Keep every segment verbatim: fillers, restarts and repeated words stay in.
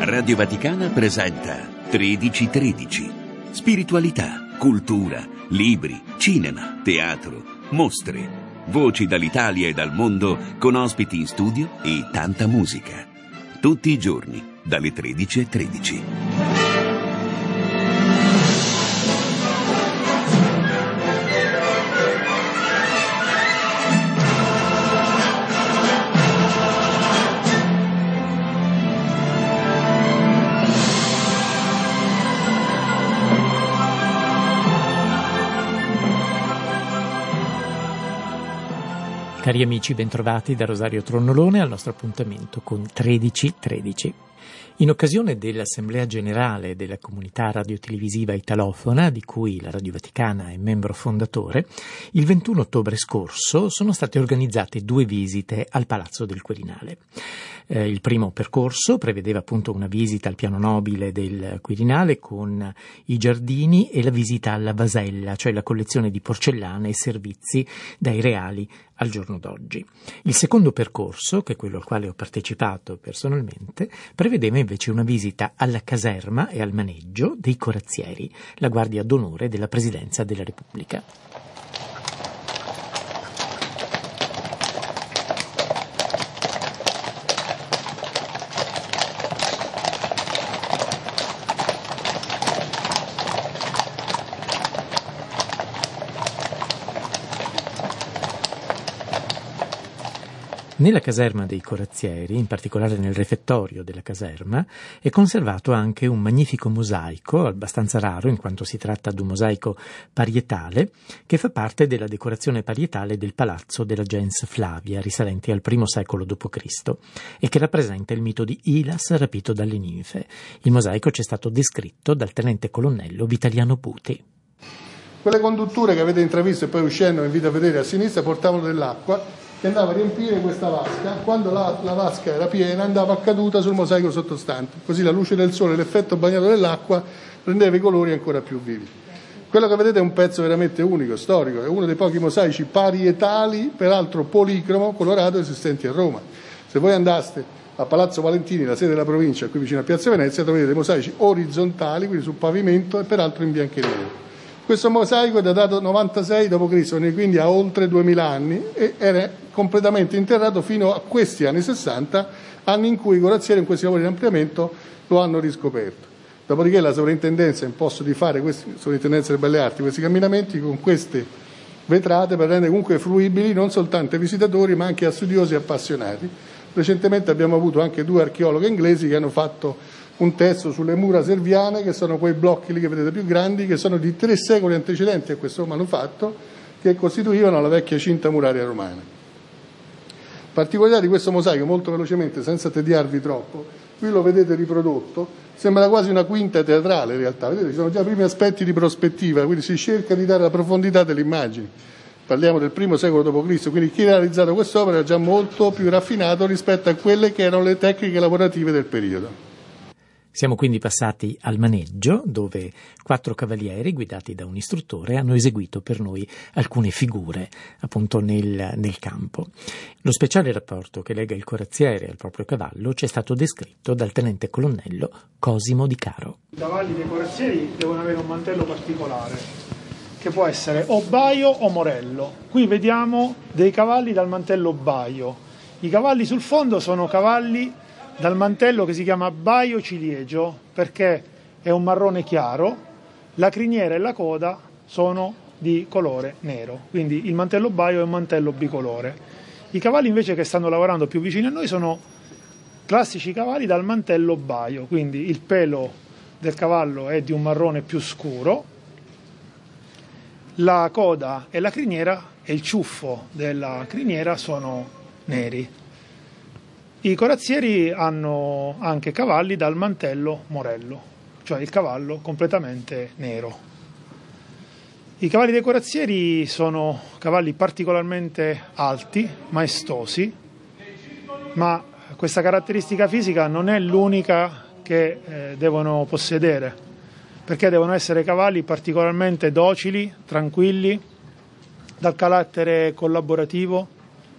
Radio Vaticana presenta tredici tredici. Spiritualità, cultura, libri, cinema, teatro, mostre, voci dall'Italia e dal mondo con ospiti in studio e tanta musica. Tutti i giorni, dalle tredici e tredici. Cari amici, bentrovati da Rosario Tronnolone al nostro appuntamento con tredici tredici. In occasione dell'Assemblea Generale della Comunità Radiotelevisiva Italofona, di cui la Radio Vaticana è membro fondatore, il ventuno ottobre scorso sono state organizzate due visite al Palazzo del Quirinale. Eh, il primo percorso prevedeva appunto una visita al piano nobile del Quirinale con i giardini e la visita alla vasella, cioè la collezione di porcellane e servizi dai reali al giorno d'oggi. Il secondo percorso, che è quello al quale ho partecipato personalmente, prevedeva invece una visita alla caserma e al maneggio dei corazzieri, la guardia d'onore della Presidenza della Repubblica. Nella caserma dei corazzieri, in particolare nel refettorio della caserma, è conservato anche un magnifico mosaico, abbastanza raro in quanto si tratta di un mosaico parietale, che fa parte della decorazione parietale del palazzo della gens Flavia, risalente al primo secolo dopo Cristo, e che rappresenta il mito di Ilas rapito dalle ninfe. Il mosaico ci è stato descritto dal tenente colonnello Vitaliano Puti. Quelle condutture che avete intravisto e poi uscendo, vi invito a vedere a sinistra, portavano dell'acqua che andava a riempire questa vasca. Quando la, la vasca era piena andava caduta sul mosaico sottostante, così la luce del sole, l'effetto bagnato dell'acqua rendeva i colori ancora più vivi. Quello che vedete è un pezzo veramente unico, storico, è uno dei pochi mosaici parietali, peraltro policromo, colorato, esistenti a Roma. Se voi andaste a Palazzo Valentini, la sede della provincia, qui vicino a Piazza Venezia, troverete dei mosaici orizzontali, quindi sul pavimento, e peraltro in bianco e nero. Questo mosaico è datato novantasei dopo Cristo, quindi ha oltre duemila anni, e era completamente interrato fino a questi anni sessanta, anni in cui i corazzieri in questi lavori di ampliamento lo hanno riscoperto. Dopodiché la sovrintendenza ha imposto di fare, questi, sovrintendenza delle Belle Arti, questi camminamenti con queste vetrate per rendere comunque fruibili non soltanto ai visitatori ma anche a studiosi e appassionati. Recentemente abbiamo avuto anche due archeologhe inglesi che hanno fatto un testo sulle mura serviane, che sono quei blocchi lì che vedete più grandi, che sono di tre secoli antecedenti a questo manufatto, che costituivano la vecchia cinta muraria romana. Particolarità di questo mosaico, molto velocemente, senza tediarvi troppo, qui lo vedete riprodotto, sembra quasi una quinta teatrale in realtà, vedete, ci sono già primi aspetti di prospettiva, quindi si cerca di dare la profondità delle immagini. Parliamo del primo secolo dopo Cristo, quindi chi ha realizzato quest'opera è già molto più raffinato rispetto a quelle che erano le tecniche lavorative del periodo. Siamo quindi passati al maneggio, dove quattro cavalieri, guidati da un istruttore, hanno eseguito per noi alcune figure, appunto nel, nel campo. Lo speciale rapporto che lega il corazziere al proprio cavallo ci è stato descritto dal tenente colonnello Cosimo Di Caro. I cavalli dei corazzieri devono avere un mantello particolare, che può essere o baio o morello. Qui vediamo dei cavalli dal mantello baio. I cavalli sul fondo sono cavalli dal mantello che si chiama baio ciliegio, perché è un marrone chiaro, la criniera e la coda sono di colore nero, quindi il mantello baio è un mantello bicolore. I cavalli invece che stanno lavorando più vicini a noi sono classici cavalli dal mantello baio, quindi il pelo del cavallo è di un marrone più scuro, la coda e la criniera e il ciuffo della criniera sono neri. I corazzieri hanno anche cavalli dal mantello morello, cioè il cavallo completamente nero. I cavalli dei corazzieri sono cavalli particolarmente alti, maestosi, ma questa caratteristica fisica non è l'unica che eh, devono possedere, perché devono essere cavalli particolarmente docili, tranquilli, dal carattere collaborativo,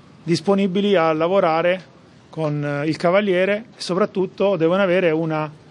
disponibili a lavorare con il cavaliere e soprattutto devono avere una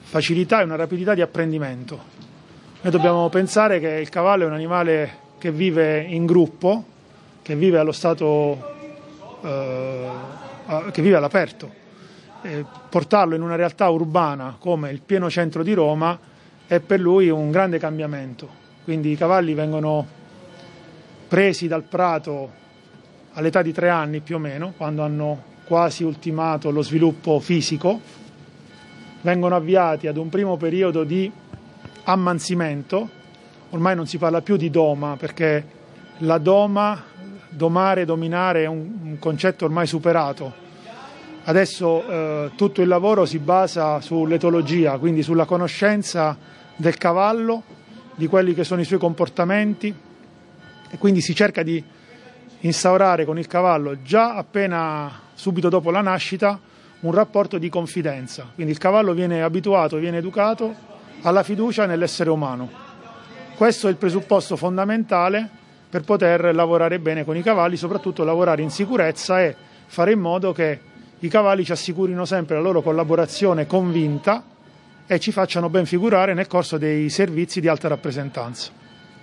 facilità e una rapidità di apprendimento. Noi dobbiamo pensare che il cavallo è un animale che vive in gruppo, che vive allo stato, eh, che vive all'aperto. E portarlo in una realtà urbana come il pieno centro di Roma è per lui un grande cambiamento. Quindi i cavalli vengono presi dal prato all'età di tre anni più o meno, quando hanno quasi ultimato lo sviluppo fisico, vengono avviati ad un primo periodo di ammansimento. Ormai non si parla più di doma, perché la doma, domare, dominare è un, un concetto ormai superato. Adesso eh, tutto il lavoro si basa sull'etologia, quindi sulla conoscenza del cavallo, di quelli che sono i suoi comportamenti, e quindi si cerca di instaurare con il cavallo già appena subito dopo la nascita un rapporto di confidenza. Quindi il cavallo viene abituato, viene educato alla fiducia nell'essere umano. Questo è il presupposto fondamentale per poter lavorare bene con i cavalli, soprattutto lavorare in sicurezza e fare in modo che i cavalli ci assicurino sempre la loro collaborazione convinta e ci facciano ben figurare nel corso dei servizi di alta rappresentanza.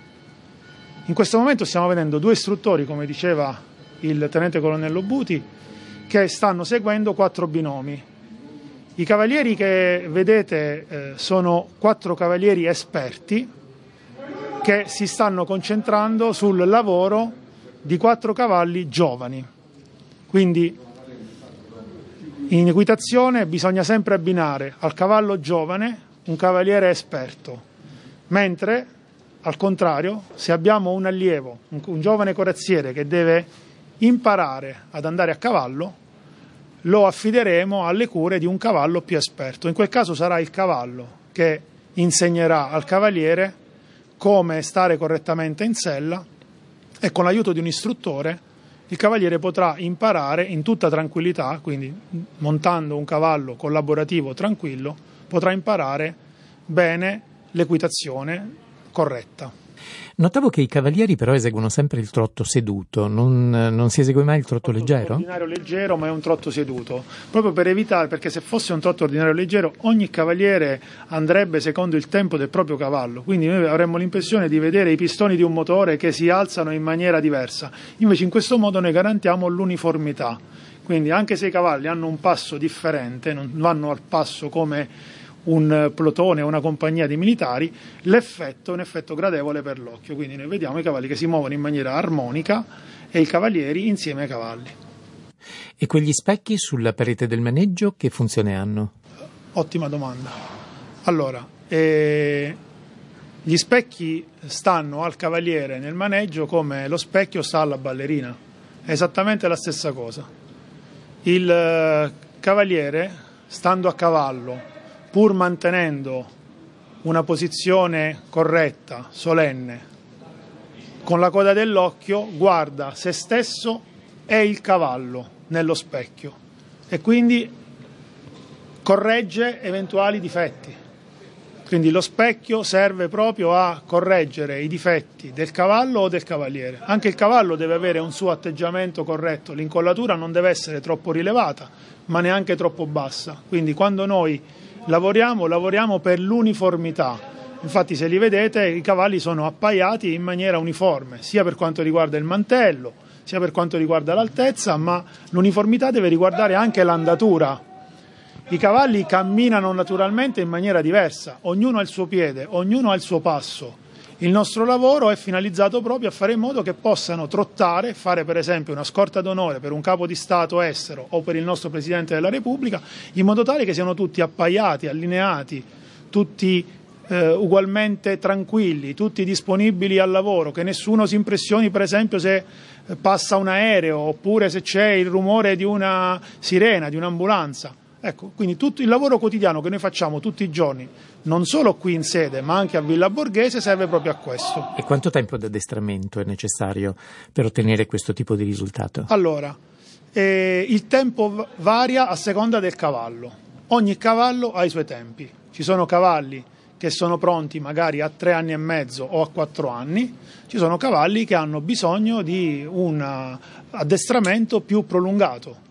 In questo momento stiamo vedendo due istruttori, come diceva il tenente colonnello Buti, che stanno seguendo quattro binomi. I cavalieri che vedete eh, sono quattro cavalieri esperti che si stanno concentrando sul lavoro di quattro cavalli giovani. Quindi in equitazione bisogna sempre abbinare al cavallo giovane un cavaliere esperto, mentre al contrario, se abbiamo un allievo, un, un giovane corazziere che deve imparare ad andare a cavallo, lo affideremo alle cure di un cavallo più esperto. In quel caso sarà il cavallo che insegnerà al cavaliere come stare correttamente in sella, e con l'aiuto di un istruttore il cavaliere potrà imparare in tutta tranquillità, quindi montando un cavallo collaborativo tranquillo, potrà imparare bene l'equitazione corretta. Notavo che i cavalieri però eseguono sempre il trotto seduto, non, non si esegue mai il trotto leggero? Un ordinario leggero, ma è un trotto seduto, proprio per evitare, perché se fosse un trotto ordinario leggero ogni cavaliere andrebbe secondo il tempo del proprio cavallo, quindi noi avremmo l'impressione di vedere i pistoni di un motore che si alzano in maniera diversa. Invece in questo modo noi garantiamo l'uniformità, quindi anche se i cavalli hanno un passo differente, non vanno al passo come un plotone o una compagnia di militari, l'effetto è un effetto gradevole per l'occhio, quindi noi vediamo i cavalli che si muovono in maniera armonica e i cavalieri insieme ai cavalli. E quegli specchi sulla parete del maneggio che funzione hanno? Ottima domanda. Allora, eh, gli specchi stanno al cavaliere nel maneggio come lo specchio sta alla ballerina, è esattamente la stessa cosa. Il eh, cavaliere, stando a cavallo, pur mantenendo una posizione corretta, solenne, con la coda dell'occhio guarda se stesso e il cavallo nello specchio e quindi corregge eventuali difetti. Quindi lo specchio serve proprio a correggere i difetti del cavallo o del cavaliere. Anche il cavallo deve avere un suo atteggiamento corretto, l'incollatura non deve essere troppo rilevata, ma neanche troppo bassa. Quindi quando noi lavoriamo, lavoriamo per l'uniformità. Infatti se li vedete i cavalli sono appaiati in maniera uniforme, sia per quanto riguarda il mantello, sia per quanto riguarda l'altezza, ma l'uniformità deve riguardare anche l'andatura. I cavalli camminano naturalmente in maniera diversa, ognuno ha il suo piede, ognuno ha il suo passo. Il nostro lavoro è finalizzato proprio a fare in modo che possano trottare, fare per esempio una scorta d'onore per un capo di Stato estero o per il nostro Presidente della Repubblica, in modo tale che siano tutti appaiati, allineati, tutti eh, ugualmente tranquilli, tutti disponibili al lavoro, che nessuno si impressioni per esempio se passa un aereo oppure se c'è il rumore di una sirena, di un'ambulanza. Ecco, quindi tutto il lavoro quotidiano che noi facciamo tutti i giorni, non solo qui in sede, ma anche a Villa Borghese, serve proprio a questo. E quanto tempo di addestramento è necessario per ottenere questo tipo di risultato? Allora, eh, il tempo varia a seconda del cavallo. Ogni cavallo ha i suoi tempi. Ci sono cavalli che sono pronti magari a tre anni e mezzo o a quattro anni, ci sono cavalli che hanno bisogno di un addestramento più prolungato.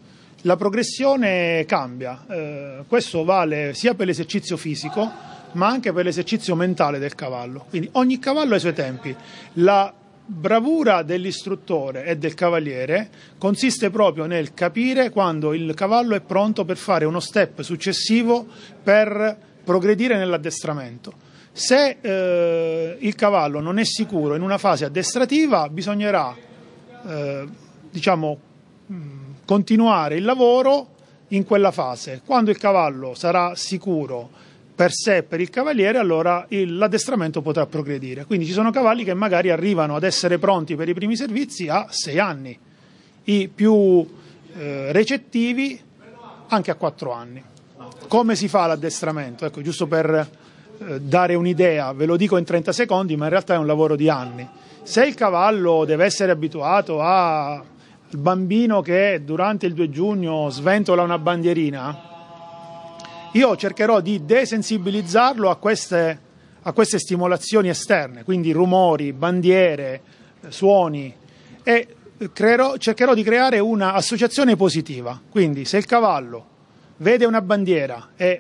la progressione cambia. Eh, questo vale sia per l'esercizio fisico, ma anche per l'esercizio mentale del cavallo. Quindi ogni cavallo ha i suoi tempi. La bravura dell'istruttore e del cavaliere consiste proprio nel capire quando il cavallo è pronto per fare uno step successivo per progredire nell'addestramento. Se eh, il cavallo non è sicuro in una fase addestrativa, bisognerà eh, diciamo continuare il lavoro in quella fase. Quando il cavallo sarà sicuro per sé e per il cavaliere, allora il, l'addestramento potrà progredire. Quindi ci sono cavalli che magari arrivano ad essere pronti per i primi servizi a sei anni, i più eh, recettivi anche a quattro anni. Come si fa l'addestramento? Ecco, giusto per eh, dare un'idea, ve lo dico in trenta secondi, ma in realtà è un lavoro di anni. Se il cavallo deve essere abituato al bambino che durante il due giugno sventola una bandierina, io cercherò di desensibilizzarlo a queste, a queste stimolazioni esterne, quindi rumori, bandiere, suoni, e creerò, cercherò di creare un'associazione positiva. Quindi se il cavallo vede una bandiera e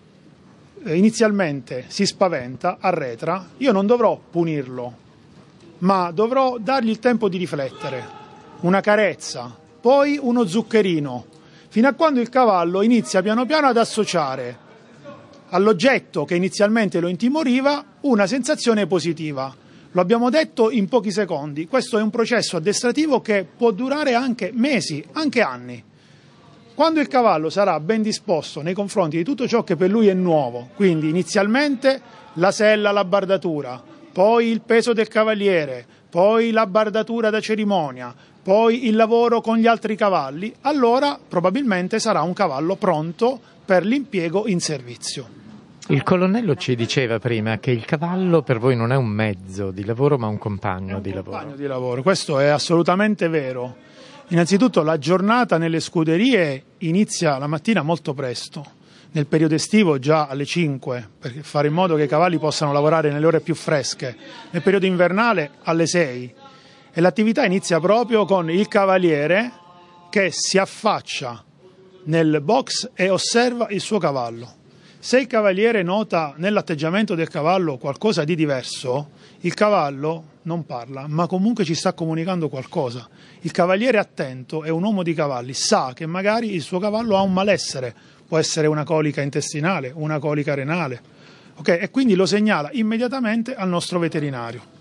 inizialmente si spaventa, arretra, io non dovrò punirlo, ma dovrò dargli il tempo di riflettere, una carezza, poi uno zuccherino, fino a quando il cavallo inizia piano piano ad associare all'oggetto che inizialmente lo intimoriva una sensazione positiva. Lo abbiamo detto in pochi secondi, questo è un processo addestrativo che può durare anche mesi, anche anni. Quando il cavallo sarà ben disposto nei confronti di tutto ciò che per lui è nuovo, quindi inizialmente la sella, la bardatura, poi il peso del cavaliere, poi la bardatura da cerimonia, poi il lavoro con gli altri cavalli, allora probabilmente sarà un cavallo pronto per l'impiego in servizio. Il colonnello ci diceva prima che il cavallo per voi non è un mezzo di lavoro, ma un compagno, un di, compagno lavoro. di lavoro. Questo è assolutamente vero. Innanzitutto la giornata nelle scuderie inizia la mattina molto presto, nel periodo estivo già alle cinque, per fare in modo che i cavalli possano lavorare nelle ore più fresche, nel periodo invernale alle sei. E l'attività inizia proprio con il cavaliere che si affaccia nel box e osserva il suo cavallo. Se il cavaliere nota nell'atteggiamento del cavallo qualcosa di diverso, il cavallo non parla, ma comunque ci sta comunicando qualcosa. Il cavaliere attento è un uomo di cavalli, sa che magari il suo cavallo ha un malessere, può essere una colica intestinale, una colica renale, okay? E quindi lo segnala immediatamente al nostro veterinario.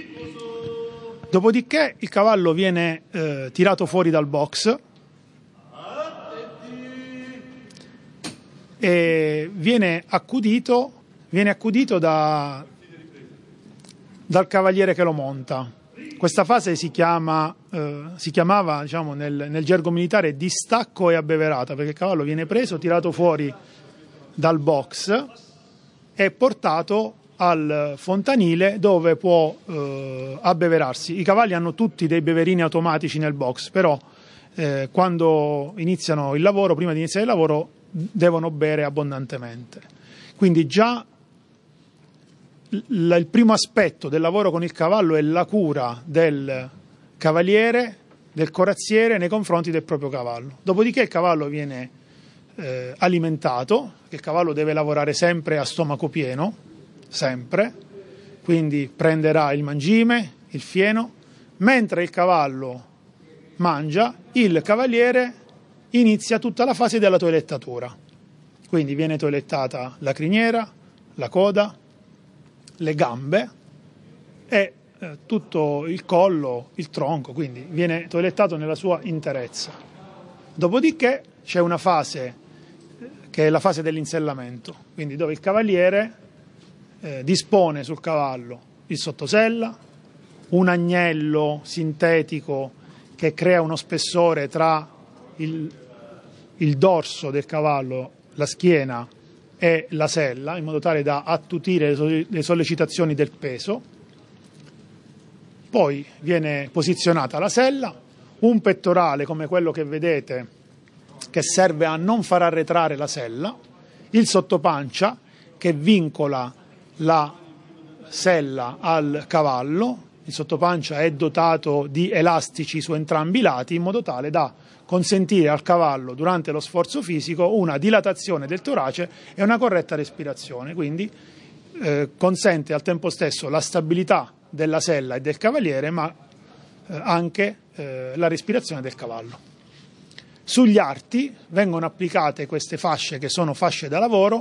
Dopodiché il cavallo viene eh, tirato fuori dal box e viene accudito, viene accudito da, dal cavaliere che lo monta. Questa fase si chiama, eh, si chiamava diciamo, nel, nel gergo militare distacco e abbeverata, perché il cavallo viene preso, tirato fuori dal box e portato al fontanile dove può eh, abbeverarsi. I cavalli hanno tutti dei beverini automatici nel box, però eh, quando iniziano il lavoro, prima di iniziare il lavoro, devono bere abbondantemente. Quindi già l- il primo aspetto del lavoro con il cavallo è la cura del cavaliere, del corazziere nei confronti del proprio cavallo. Dopodiché il cavallo viene eh, alimentato, perché il cavallo deve lavorare sempre a stomaco pieno, sempre, quindi prenderà il mangime, il fieno, mentre il cavallo mangia, il cavaliere inizia tutta la fase della toilettatura, quindi viene toilettata la criniera, la coda, le gambe e eh, tutto il collo, il tronco, quindi viene toilettato nella sua interezza. Dopodiché c'è una fase che è la fase dell'insellamento, quindi dove il cavaliere Eh, dispone sul cavallo il sottosella, un agnello sintetico che crea uno spessore tra il, il dorso del cavallo, la schiena e la sella, in modo tale da attutire le, le sollecitazioni del peso. Poi viene posizionata la sella, un pettorale come quello che vedete che serve a non far arretrare la sella, il sottopancia che vincola la sella al cavallo. Il sottopancia è dotato di elastici su entrambi i lati in modo tale da consentire al cavallo durante lo sforzo fisico una dilatazione del torace e una corretta respirazione, quindi eh, consente al tempo stesso la stabilità della sella e del cavaliere, ma eh, anche eh, la respirazione del cavallo. Sugli arti vengono applicate queste fasce che sono fasce da lavoro,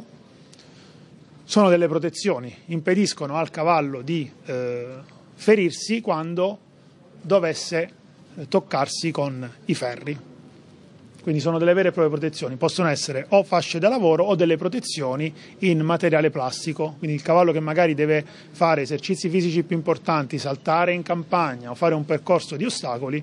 sono delle protezioni, impediscono al cavallo di eh, ferirsi quando dovesse eh, toccarsi con i ferri. Quindi sono delle vere e proprie protezioni, possono essere o fasce da lavoro o delle protezioni in materiale plastico, quindi il cavallo che magari deve fare esercizi fisici più importanti, saltare in campagna o fare un percorso di ostacoli,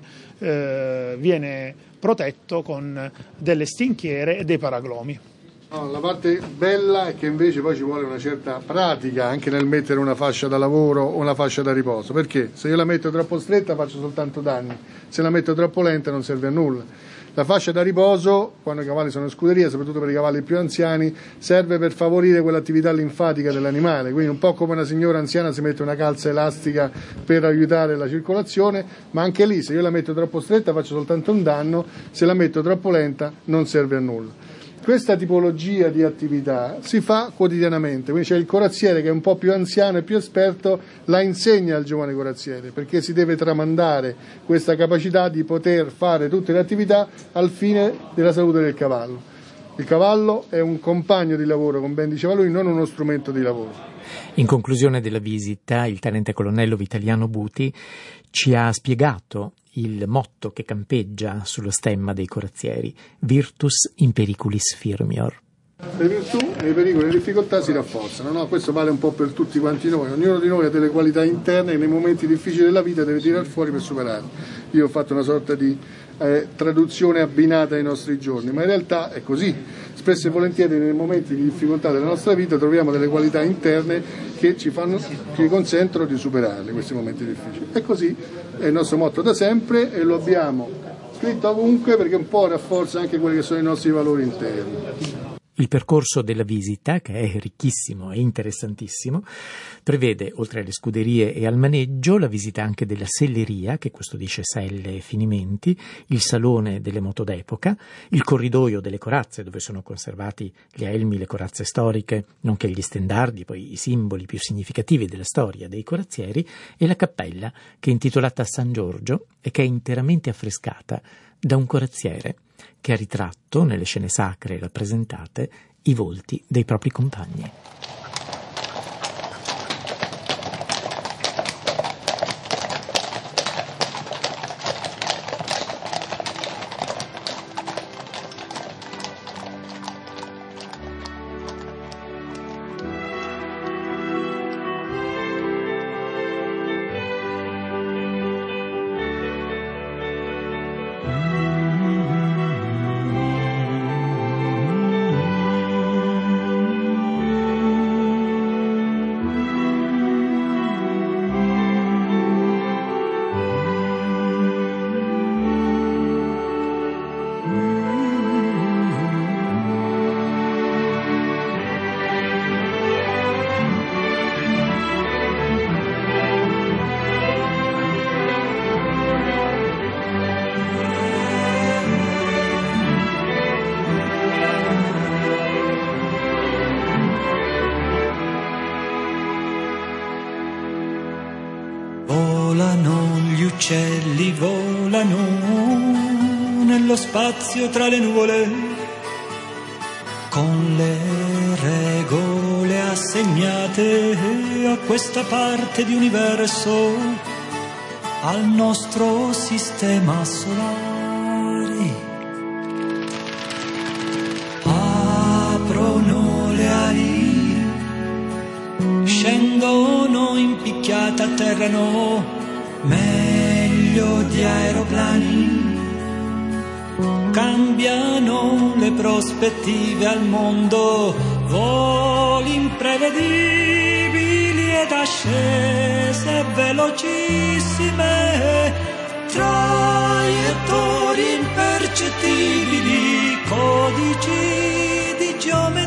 eh, viene protetto con delle stinchiere e dei paraglomi. No, la parte bella è che invece poi ci vuole una certa pratica anche nel mettere una fascia da lavoro o una fascia da riposo, perché se io la metto troppo stretta faccio soltanto danni, se la metto troppo lenta non serve a nulla. La fascia da riposo, quando i cavalli sono in scuderia, soprattutto per i cavalli più anziani, serve per favorire quell'attività linfatica dell'animale, quindi un po' come una signora anziana si mette una calza elastica per aiutare la circolazione, ma anche lì se io la metto troppo stretta faccio soltanto un danno, se la metto troppo lenta non serve a nulla. Questa tipologia di attività si fa quotidianamente, quindi c'è il corazziere che è un po' più anziano e più esperto, la insegna al giovane corazziere, perché si deve tramandare questa capacità di poter fare tutte le attività al fine della salute del cavallo. Il cavallo è un compagno di lavoro, come ben diceva lui, non uno strumento di lavoro. In conclusione della visita, il tenente colonnello Vitaliano Buti ci ha spiegato il motto che campeggia sullo stemma dei corazzieri: Virtus in periculis firmior. Le virtù e i pericoli e le difficoltà si rafforzano, no? Questo vale un po' per tutti quanti noi, ognuno di noi ha delle qualità interne e nei momenti difficili della vita deve tirare fuori per superarle. Io ho fatto una sorta di eh, traduzione abbinata ai nostri giorni, ma in realtà è così. Spesso e volentieri nei momenti di difficoltà della nostra vita troviamo delle qualità interne che ci fanno, ci consentono di superarli questi momenti difficili. E così è il nostro motto da sempre e lo abbiamo scritto ovunque perché un po' rafforza anche quelli che sono i nostri valori interni. Il percorso della visita, che è ricchissimo e interessantissimo, prevede, oltre alle scuderie e al maneggio, la visita anche della selleria, che custodisce selle e finimenti, il salone delle moto d'epoca, il corridoio delle corazze, dove sono conservati gli elmi, le corazze storiche, nonché gli stendardi, poi i simboli più significativi della storia dei corazzieri, e la cappella, che è intitolata a San Giorgio e che è interamente affrescata da un corazziere che ha ritratto, nelle scene sacre rappresentate, i volti dei propri compagni. Volano gli uccelli, volano nello spazio tra le nuvole, con le regole assegnate a questa parte di universo, al nostro sistema solare. Aprono le ali, scendono in picchiata, atterrano meglio di aeroplani, cambiano le prospettive al mondo, voli imprevedibili ed ascese velocissime, traiettorie impercettibili, codici di geometria